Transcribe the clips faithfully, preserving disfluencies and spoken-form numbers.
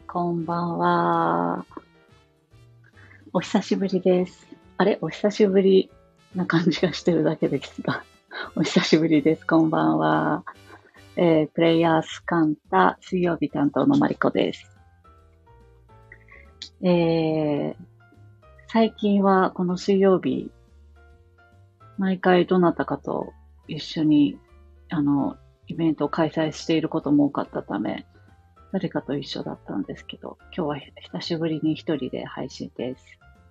こんばんは。お久しぶりです。あれお久しぶりな感じがしてるだけですが。お久しぶりです。こんばんは。えー、プレイヤースカンタ水曜日担当のマリコです。えー、最近はこの水曜日、毎回どなたかと一緒に、あの、イベントを開催していることも多かったため、誰かと一緒だったんですけど、今日は久しぶりに一人で配信です。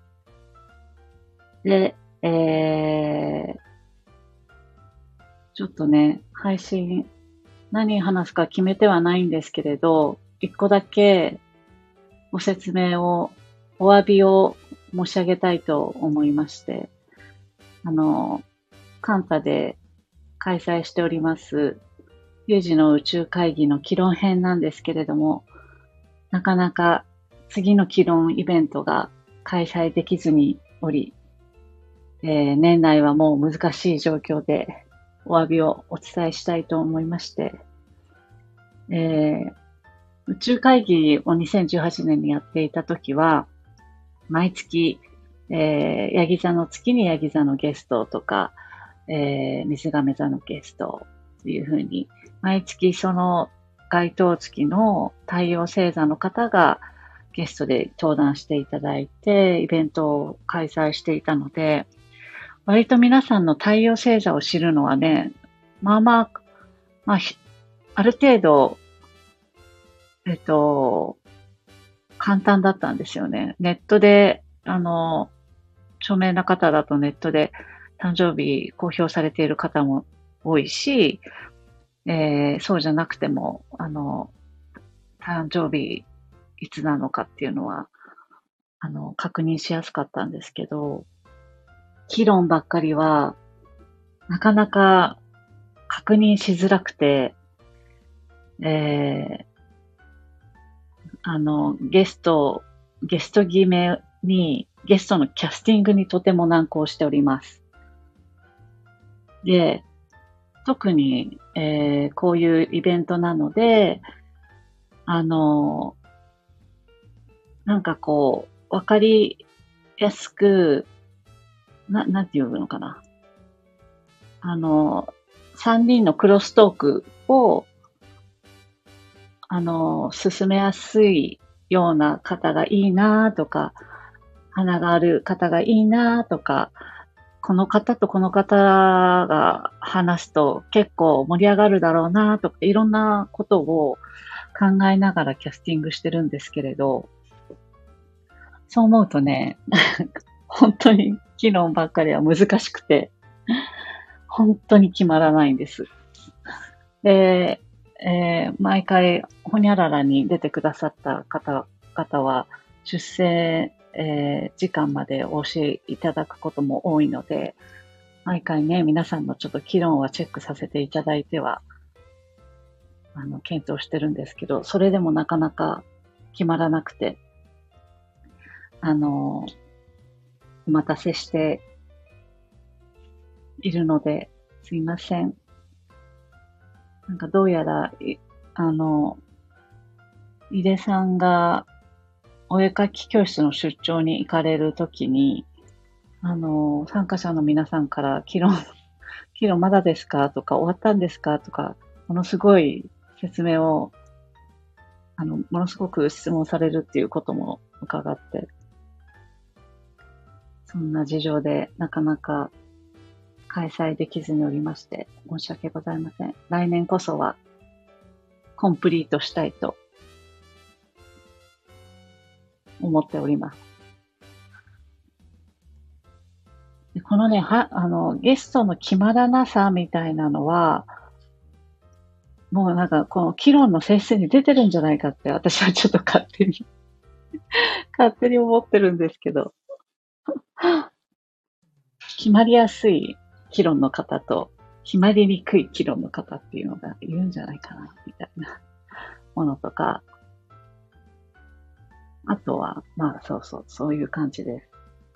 で、えー、ちょっとね、配信、何話すか決めてはないんですけれど、一個だけご説明を、お詫びを申し上げたいと思いまして、あの、カンタで開催しております、有事の宇宙会議の議論編なんですけれども、なかなか次の議論イベントが開催できずにおり、えー年内はもう難しい状況でお詫びをお伝えしたいと思いまして、えー宇宙会議をにせんじゅうはちねんにやっていた時は、毎月、えー、ヤギ座の月にヤギ座のゲストとか、えー、水亀座のゲストというふうに、毎月その該当月の太陽星座の方がゲストで登壇していただいて、イベントを開催していたので、割と皆さんの太陽星座を知るのはね、まあまあ、まあ、ある程度、えっと、簡単だったんですよね。ネットで、あの、著名な方だとネットで誕生日公表されている方も多いし、えー、そうじゃなくても、あの、誕生日いつなのかっていうのは、あの、確認しやすかったんですけど、議論ばっかりは、なかなか確認しづらくて、えー、あの、ゲスト、ゲスト決めに、ゲストのキャスティングにとても難航しております。で、特に、えー、こういうイベントなので、あの、なんかこう、わかりやすく、な、なんていうのかな。あの、三人のクロストークを、あの、進めやすいような方がいいなとか、花がある方がいいなとか、この方とこの方が話すと結構盛り上がるだろうなとか、いろんなことを考えながらキャスティングしてるんですけれど、そう思うとね、本当に議論ばっかりは難しくて、本当に決まらないんです。で、えー毎回、ほにゃららに出てくださった方々は、出世、えー時間までお教えいただくことも多いので、毎回ね、皆さんのちょっと議論はチェックさせていただいては、あの、検討してるんですけど、それでもなかなか決まらなくて、あの、お待たせしているので、すいません。なんかどうやら、いあの、井出さんがお絵かき教室の出張に行かれるときに、あの、参加者の皆さんから、議論、議論まだですかとか、終わったんですかとか、ものすごい説明を、あの、ものすごく質問されるっていうことも伺って、そんな事情でなかなか開催できずにおりまして、申し訳ございません。来年こそはコンプリートしたいと思っております。でこのね、は、あの、ゲストの決まらなさみたいなのは、もうなんか、この議論の性質に出てるんじゃないかって、私はちょっと勝手に、勝手に思ってるんですけど、決まりやすい議論の方と、決まりにくい議論の方っていうのがいるんじゃないかな、みたいなものとか、あとは、まあ、そうそう、そういう感じです。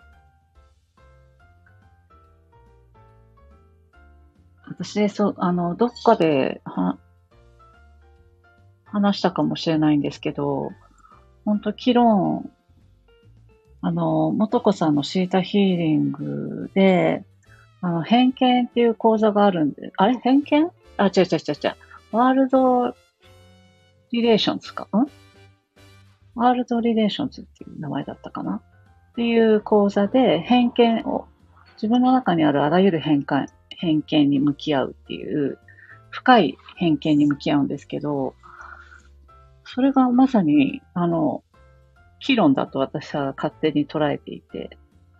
私、そう、あの、どっかでは話したかもしれないんですけど、 ほんと、議論、あの、元子さんのシータヒーリングで、あの、偏見っていう講座があるんで、あれ偏見あ、違う違う違う違う。ワールドリレーションズかんワールドリレーションズっていう名前だったかなっていう講座で偏見を、自分の中にあるあらゆる偏見、偏見に向き合うっていう、深い偏見に向き合うんですけど、それがまさに、あの、議論だと私は勝手に捉えていて、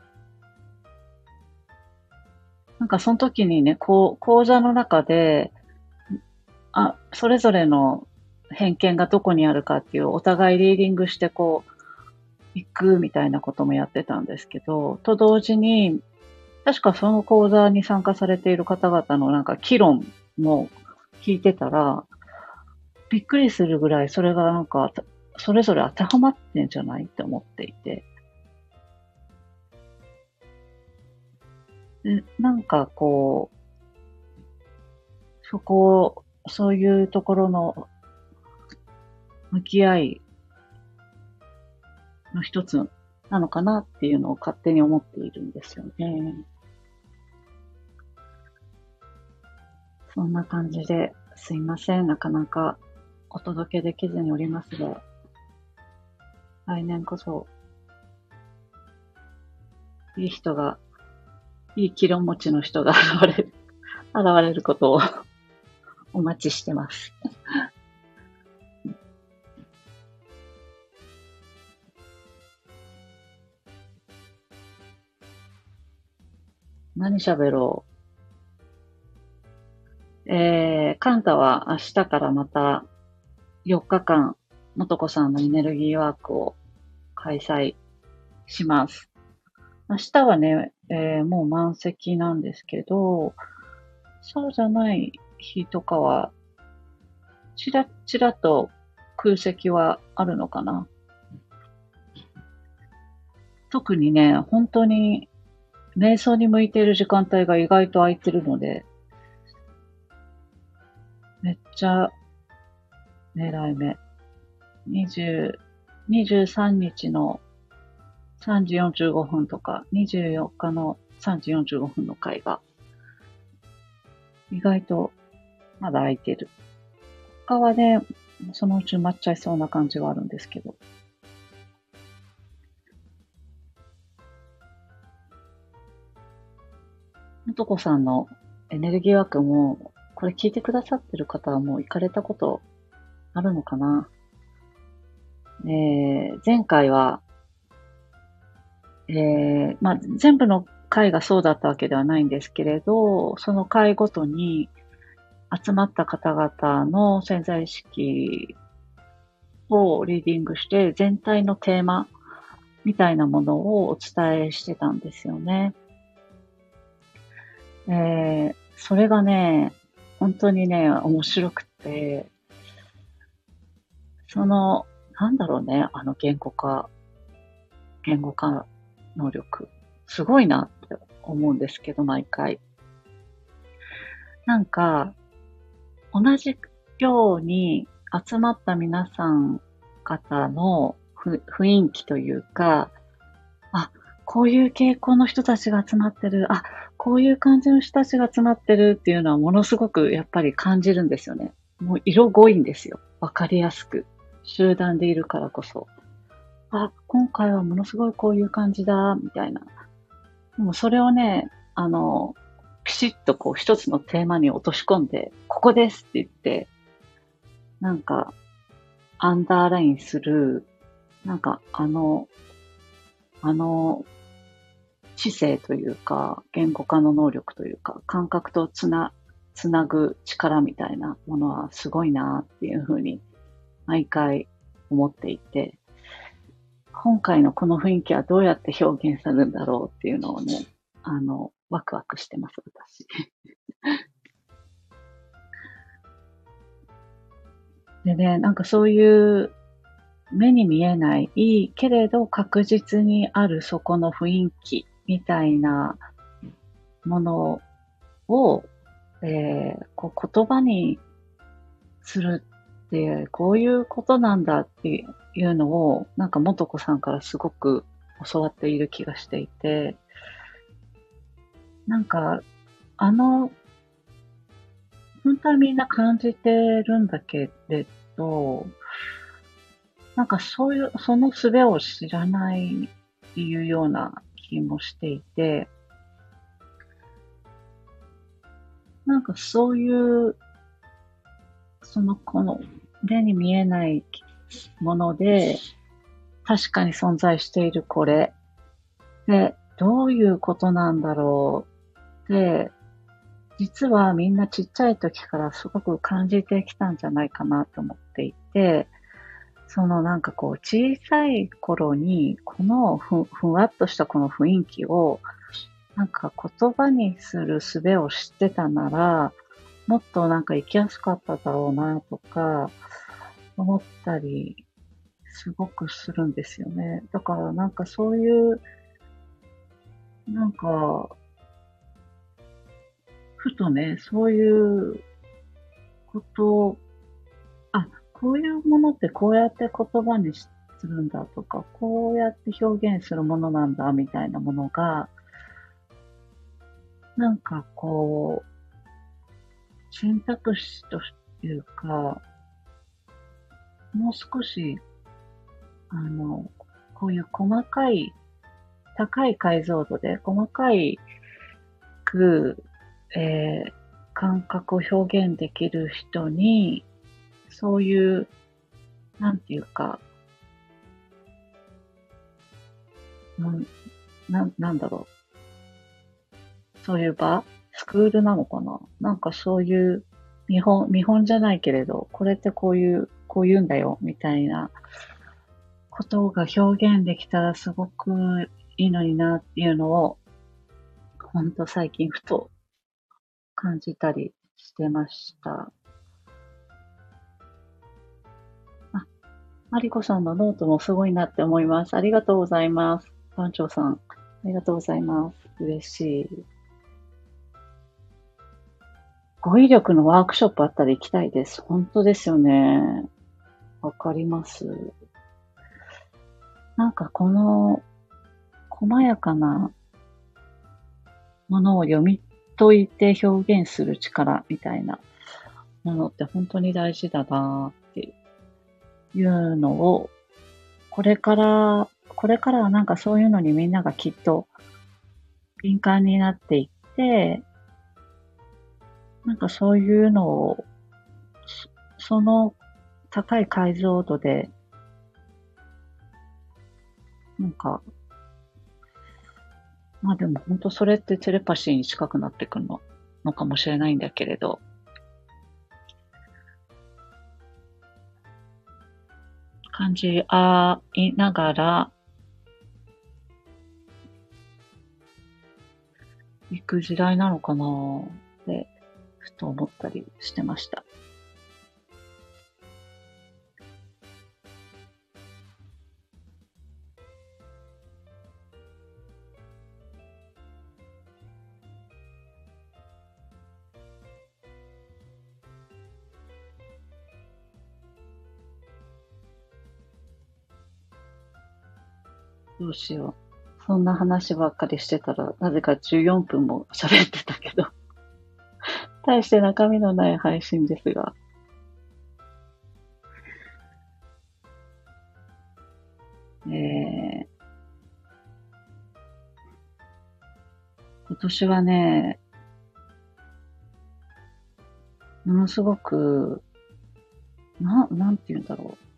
なんかその時にね、こう、講座の中で、あ、それぞれの偏見がどこにあるかっていうお互いリーディングしてこう、行くみたいなこともやってたんですけど、と同時に、確かその講座に参加されている方々のなんか議論も聞いてたら、びっくりするぐらいそれがなんか、それぞれ当てはまってんじゃないって思っていて。でなんかこう、そこ、そういうところの向き合いの一つなのかなっていうのを勝手に思っているんですよね。そんな感じですいません。なかなかお届けできずにおりますが、来年こそいい人が、いい気論持ちの人が現れる、現れることをお待ちしてます。何喋ろう。えー、カンタは明日からまたよっかかん、もとこさんのエネルギーワークを開催します。明日はね、えー、もう満席なんですけど、そうじゃない日とかは、ちらちらと空席はあるのかな。特にね、本当に瞑想に向いている時間帯が意外と空いてるので、めっちゃ狙い目。にじゅう、にじゅうさんにちのさんじよんじゅうごふんとか、にじゅうよっかのさんじよんじゅうごふんの回が意外とまだ空いてる。他はね、そのうち埋まっちゃいそうな感じはあるんですけど。のとこさんのエネルギーワークも、これ聞いてくださってる方はもう行かれたことあるのかな。えー、前回は、えー、まあ、全部の回がそうだったわけではないんですけれど、その回ごとに集まった方々の潜在意識をリーディングして、全体のテーマみたいなものをお伝えしてたんですよね。えー、それがね、本当にね、面白くて、その、なんだろうね、あの言語化、言語化能力。すごいなって思うんですけど、毎回。なんか、同じように集まった皆さん方の雰囲気というか、あ、こういう傾向の人たちが集まってる、あ、こういう感じの人たちが集まってるっていうのはものすごくやっぱり感じるんですよね。もう色濃いんですよ。わかりやすく。集団でいるからこそ。あ、今回はものすごいこういう感じだ、みたいな。でもそれをね、あの、ピシッとこう一つのテーマに落とし込んで、ここですって言って、なんか、アンダーラインする、なんかあの、あの、知性というか、言語化の能力というか、感覚とつな、つなぐ力みたいなものはすごいなっていうふうに毎回思っていて、今回のこの雰囲気はどうやって表現するんだろうっていうのをね、あの、ワクワクしてます、私。でね、なんかそういう目に見えない、いいけれど確実にあるそこの雰囲気みたいなものを、えー、こう言葉にするで、こういうことなんだっていうのを、なんか元子さんからすごく教わっている気がしていて、なんか、あの、本当はみんな感じてるんだけれど、なんかそういう、その術を知らないっていうような気もしていて、なんかそういう、その、この、目に見えないもので、確かに存在しているこれ。で、どういうことなんだろう。で、実はみんなちっちゃい時からすごく感じてきたんじゃないかなと思っていて、そのなんかこう小さい頃にこのふふわっとしたこの雰囲気をなんか言葉にする術を知ってたならもっとなんか生きやすかっただろうなとか思ったりすごくするんですよね。だからなんかそういうなんかふとね、そういうことあ、こういうものってこうやって言葉にするんだとか、こうやって表現するものなんだみたいなものが、なんかこう、選択肢というか、もう少し、あの、こういう細かい、高い解像度で細かいく、えー感覚を表現できる人に、そういう、なんていうか、なん、なん、なんだろう。そういう場スクールなのかななんかそういう見本、見本じゃないけれど、これってこういう、こういうんだよ、みたいなことが表現できたらすごくいいのになっていうのを、ほんと最近ふと感じたりしてました。あ、マリコさんのノートもすごいなって思います。ありがとうございます。番長さん。ありがとうございます。嬉しい。語彙力のワークショップあったら行きたいです。本当ですよね。わかります。なんかこの細やかなものを読み解いて表現する力みたいなものって本当に大事だなっていうのを、これから、これからはなんかそういうのにみんながきっと敏感になっていって、なんかそういうのを、その高い解像度で、なんか、まあでも本当それってテレパシーに近くなってくるの、のかもしれないんだけれど、感じあいながら行く時代なのかなってふと思ったりしてました。どうしよう。そんな話ばっかりしてたら、なぜかじゅうよんぷんも喋ってたけど、大して中身のない配信ですが、えー、今年はね、ものすごく、な、なんて言うんだろう。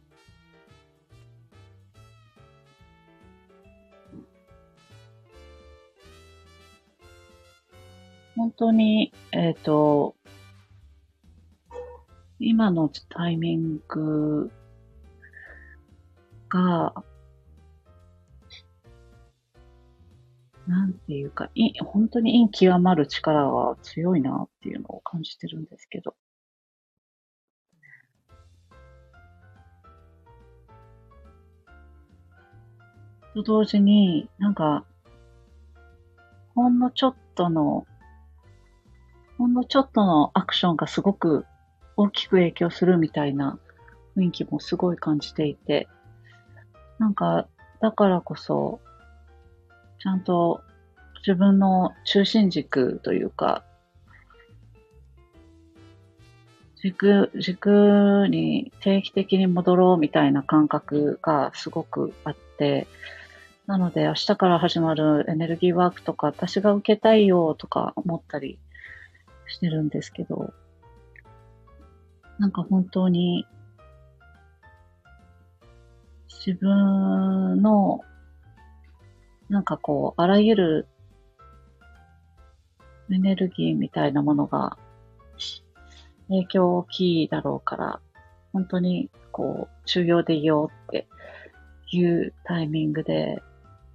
本当に、えっと、今のタイミングが、なんていうか、い、本当に陰極まる力は強いなっていうのを感じてるんですけど。と同時に、なんか、ほんのちょっとの、ほんのちょっとのアクションがすごく大きく影響するみたいな雰囲気もすごい感じていて、なんか、だからこそ、ちゃんと自分の中心軸というか、軸、軸に定期的に戻ろうみたいな感覚がすごくあって、なので明日から始まるエネルギーワークとか私が受けたいよとか思ったりしてるんですけど、なんか本当に自分のなんかこう、あらゆるエネルギーみたいなものが影響大きいだろうから、本当にこう、修行でいようっていうタイミングで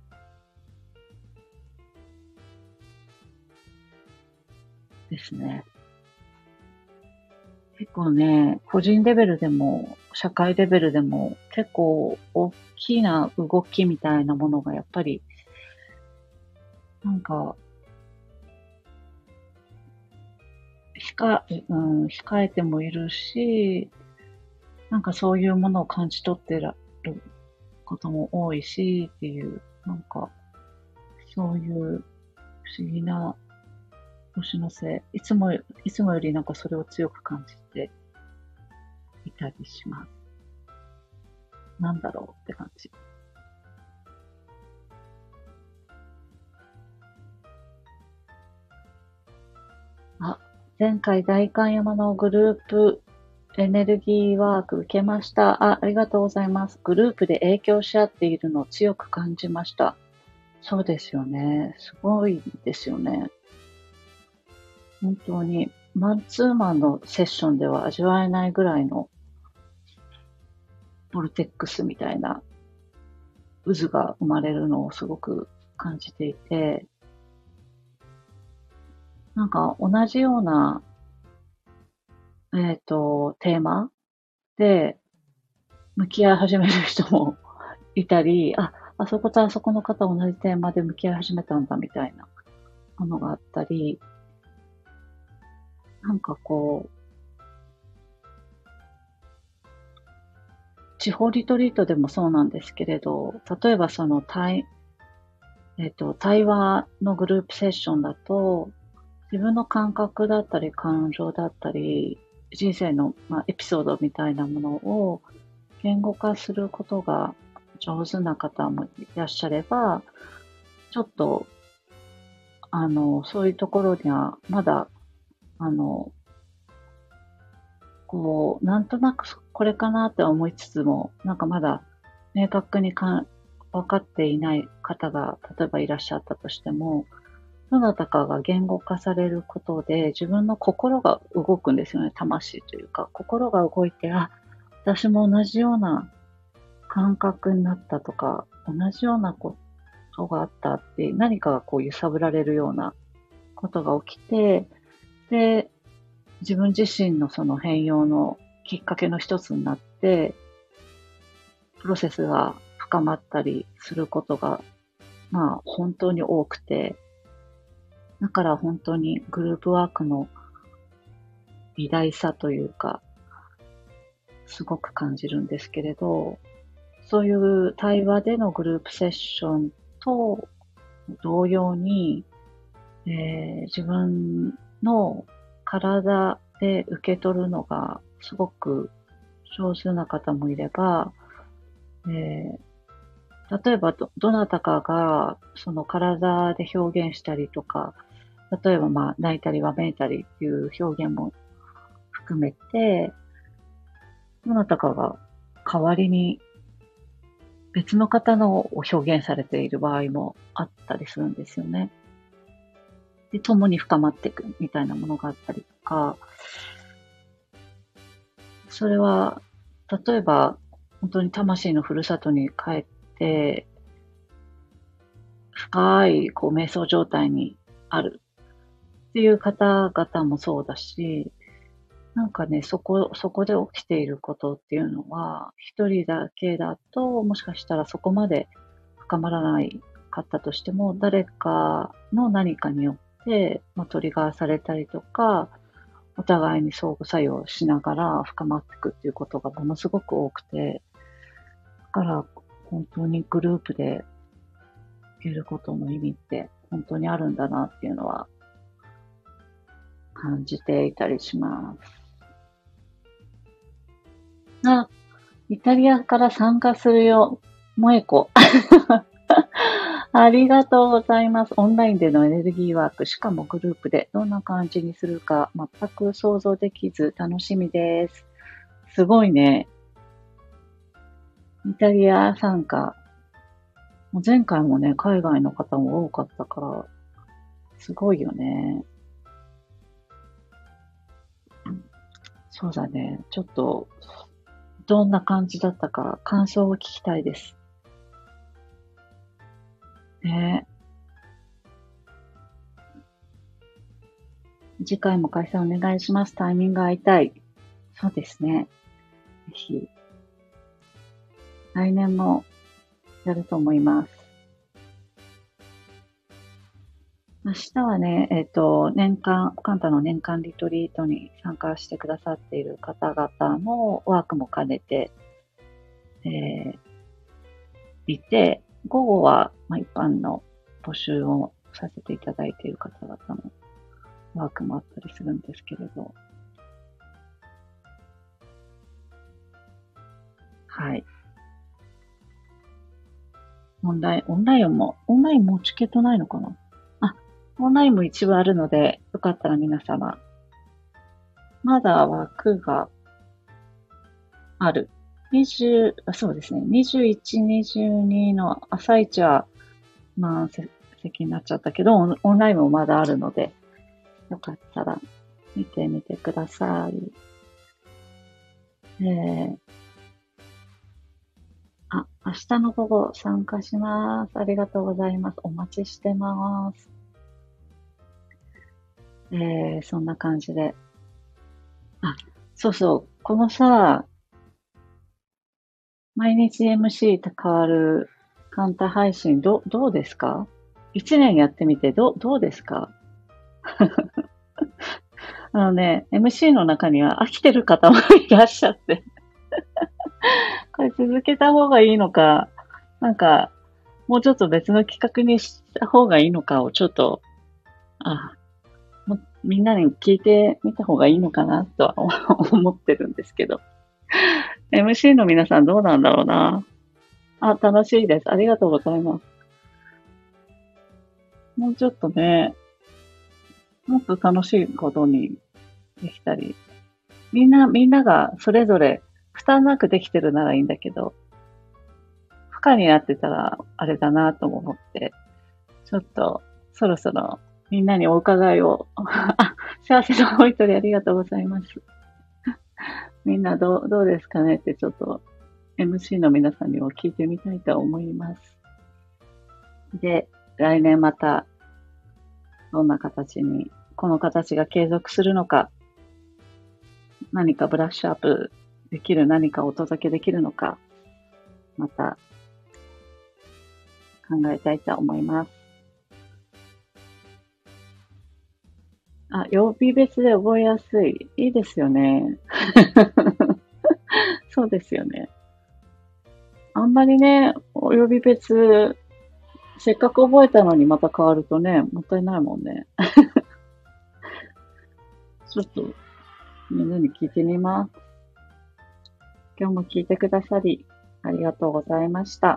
ですね。結構ね、個人レベルでも、社会レベルでも、結構大きな動きみたいなものがやっぱり、なんか、控え、うん、控えてもいるし、なんかそういうものを感じ取ってることも多いしっていう、なんか、そういう不思議な年のせい、いつも、いつもよりなんかそれを強く感じていたりします。なんだろうって感じ。あ、前回代官山のグループエネルギーワーク受けました。あ、ありがとうございます。グループで影響し合っているのを強く感じました。そうですよね。すごいですよね。本当に、マンツーマンのセッションでは味わえないぐらいのボルテックスみたいな渦が生まれるのをすごく感じていて、なんか同じような、えっと、テーマで向き合い始める人もいたり、あ、あそことあそこの方同じテーマで向き合い始めたんだみたいなものがあったり、なんかこう、地方リトリートでもそうなんですけれど、例えばその対、えっと、対話のグループセッションだと、自分の感覚だったり感情だったり、人生の、まあ、エピソードみたいなものを言語化することが上手な方もいらっしゃれば、ちょっと、あの、そういうところには、まだ、あの、こう、なんとなくこれかなって思いつつも、なんかまだ明確にか分かっていない方が、例えばいらっしゃったとしても、どなたかが言語化されることで、自分の心が動くんですよね。魂というか、心が動いて、あ、私も同じような感覚になったとか、同じようなことがあったって、何かがこう揺さぶられるようなことが起きて、で、自分自身のその変容のきっかけの一つになって、プロセスが深まったりすることが、まあ本当に多くて、だから本当にグループワークの偉大さというか、すごく感じるんですけれど、そういう対話でのグループセッションと同様に、えー自分の体で受け取るのがすごく上手な方もいれば、えー例えばど、どなたかがその体で表現したりとか、例えばまあ泣いたりわめいたりっていう表現も含めて、どなたかが代わりに別の方のを表現されている場合もあったりするんですよね。で、共に深まっていくみたいなものがあったりとか、それは、例えば、本当に魂のふるさとに帰って、深い、こう、瞑想状態にあるっていう方々もそうだし、なんかね、そこ、そこで起きていることっていうのは、一人だけだと、もしかしたらそこまで深まらないかったとしても、誰かの何かによって、まあ、トリガーされたりとか、 お互いに相互作用しながら深まっていくっていうことがものすごく多くて、だから本当にグループで受けることの意味って本当にあるんだなっていうのは感じていたりします。あ、イタリアから参加するよ、萌え子。ありがとうございます。オンラインでのエネルギーワーク、しかもグループでどんな感じにするか全く想像できず楽しみです。すごいね。イタリア参加。もう前回もね、海外の方も多かったから、すごいよね。そうだね。ちょっと、どんな感じだったか感想を聞きたいです。ね。次回も開催お願いします。タイミング合いたい。そうですね。ぜひ、来年もやると思います。明日はね、えっと、年間、カンタの年間リトリートに参加してくださっている方々のワークも兼ねて、えー、いて、午後は、まあ、一般の募集をさせていただいている方々のワークもあったりするんですけれど、はい。オンライン、オンラインも、オンラインもチケットないのかなあ、オンラインも一部あるので、よかったら皆様、まだ枠がある。にじゅう、あそうですね。にじゅういち、にじゅうにの朝一は満席になっちゃったけど、オンオンラインもまだあるので、よかったら見てみてください。えー、あ、明日の午後参加します。ありがとうございます。お待ちしてます。えー、そんな感じで。あ、そうそう。このさ、毎日 エムシー と変わるカンタ配信、ど、どうですか？一年やってみて、ど、どうですか？あのね、エムシー の中には飽きてる方もいらっしゃって、これ続けた方がいいのか、なんか、もうちょっと別の企画にした方がいいのかをちょっと、あ、もみんなに聞いてみた方がいいのかなとは思ってるんですけど。エムシー の皆さんどうなんだろうな。あ、楽しいです。ありがとうございます。もうちょっとね、もっと楽しいことにできたり、みんな、みんながそれぞれ負担なくできてるならいいんだけど、負荷になってたらあれだなとも思って、ちょっとそろそろみんなにお伺いを、あ、幸せのお一人ありがとうございます。みんなどう、どうですかねってちょっと エムシー の皆さんにも聞いてみたいと思います。で、来年またどんな形に、この形が継続するのか、何かブラッシュアップできる何かをお届けできるのか、また考えたいと思います。あ、曜日別で覚えやすい。いいですよね。そうですよね。あんまりね、曜日別、せっかく覚えたのにまた変わるとね、もったいないもんね。ちょっとみんなに聞いてみます。今日も聞いてくださり、ありがとうございました。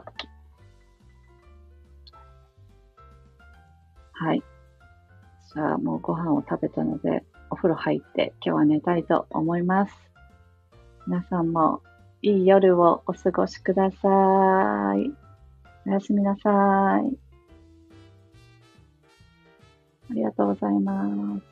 はい。じゃあもうご飯を食べたので、お風呂入って今日は寝たいと思います。皆さんもいい夜をお過ごしください。おやすみなさい。ありがとうございます。